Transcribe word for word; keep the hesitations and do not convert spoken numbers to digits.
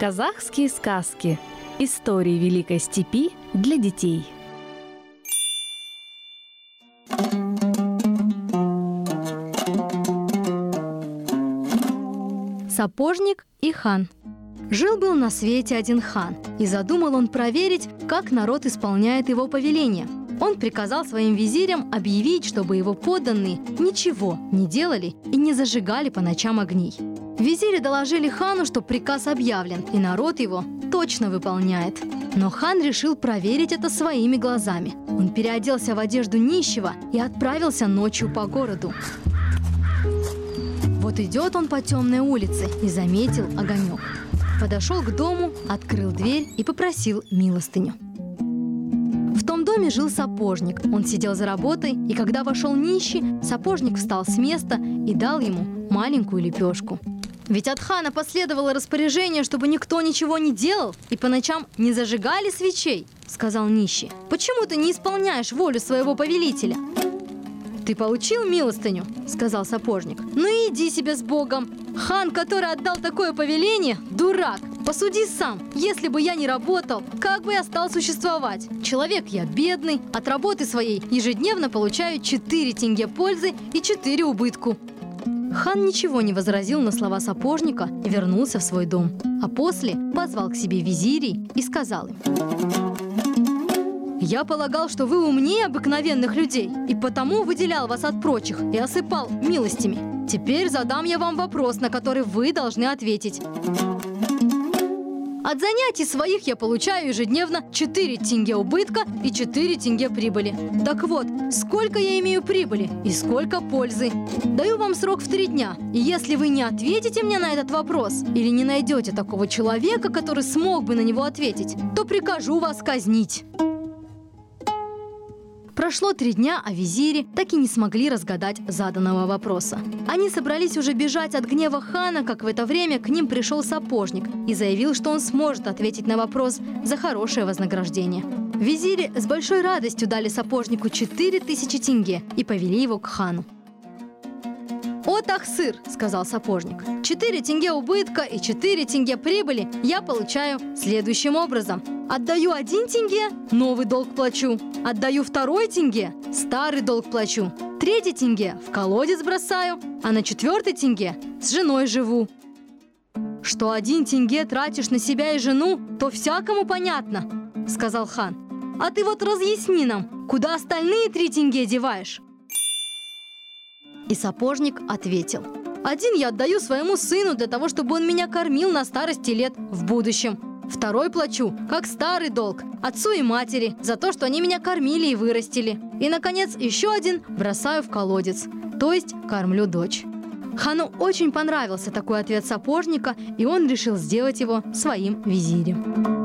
Казахские сказки. Истории Великой Степи для детей. Сапожник и хан. Жил-был на свете один хан, и задумал он проверить, как народ исполняет его повеления. Он приказал своим визирям объявить, чтобы его подданные ничего не делали и не зажигали по ночам огней. Визири доложили хану, что приказ объявлен, и народ его точно выполняет. Но хан решил проверить это своими глазами. Он переоделся в одежду нищего и отправился ночью по городу. Вот идет он по темной улице и заметил огонек. Подошел к дому, открыл дверь и попросил милостыню. В том доме жил сапожник. Он сидел за работой, и когда вошел нищий, сапожник встал с места и дал ему маленькую лепешку. Ведь от хана последовало распоряжение, чтобы никто ничего не делал и по ночам не зажигали свечей, сказал нищий. Почему ты не исполняешь волю своего повелителя? Ты получил милостыню, сказал сапожник. Ну и иди себе с Богом. Хан, который отдал такое повеление, дурак. Посуди сам, если бы я не работал, как бы я стал существовать? Человек я бедный, от работы своей ежедневно получаю четыре тенге пользы и четыре убытку. Хан ничего не возразил на слова сапожника и вернулся в свой дом. А после позвал к себе визирей и сказал им: «Я полагал, что вы умнее обыкновенных людей, и потому выделял вас от прочих и осыпал милостями. Теперь задам я вам вопрос, на который вы должны ответить. От занятий своих я получаю ежедневно четыре тенге убытка и четыре тенге прибыли. Так вот, сколько я имею прибыли и сколько пользы? Даю вам срок в три дня, и если вы не ответите мне на этот вопрос или не найдете такого человека, который смог бы на него ответить, то прикажу вас казнить». Прошло три дня, а визири так и не смогли разгадать заданного вопроса. Они собрались уже бежать от гнева хана, как в это время к ним пришел сапожник и заявил, что он сможет ответить на вопрос за хорошее вознаграждение. Визири с большой радостью дали сапожнику четыре тысячи тенге и повели его к хану. «О, тахсыр!» – сказал сапожник. «Четыре тенге убытка и четыре тенге прибыли я получаю следующим образом. Отдаю один тенге – новый долг плачу. Отдаю второй тенге – старый долг плачу. Третий тенге – в колодец бросаю, а на четвертый тенге – с женой живу». «Что один тенге тратишь на себя и жену, то всякому понятно», – сказал хан. «А ты вот разъясни нам, куда остальные три тенге деваешь?» И сапожник ответил: «Один я отдаю своему сыну для того, чтобы он меня кормил на старости лет в будущем. Второй плачу, как старый долг, отцу и матери за то, что они меня кормили и вырастили. И, наконец, еще один бросаю в колодец, то есть кормлю дочь». Хану очень понравился такой ответ сапожника, и он решил сделать его своим визирем.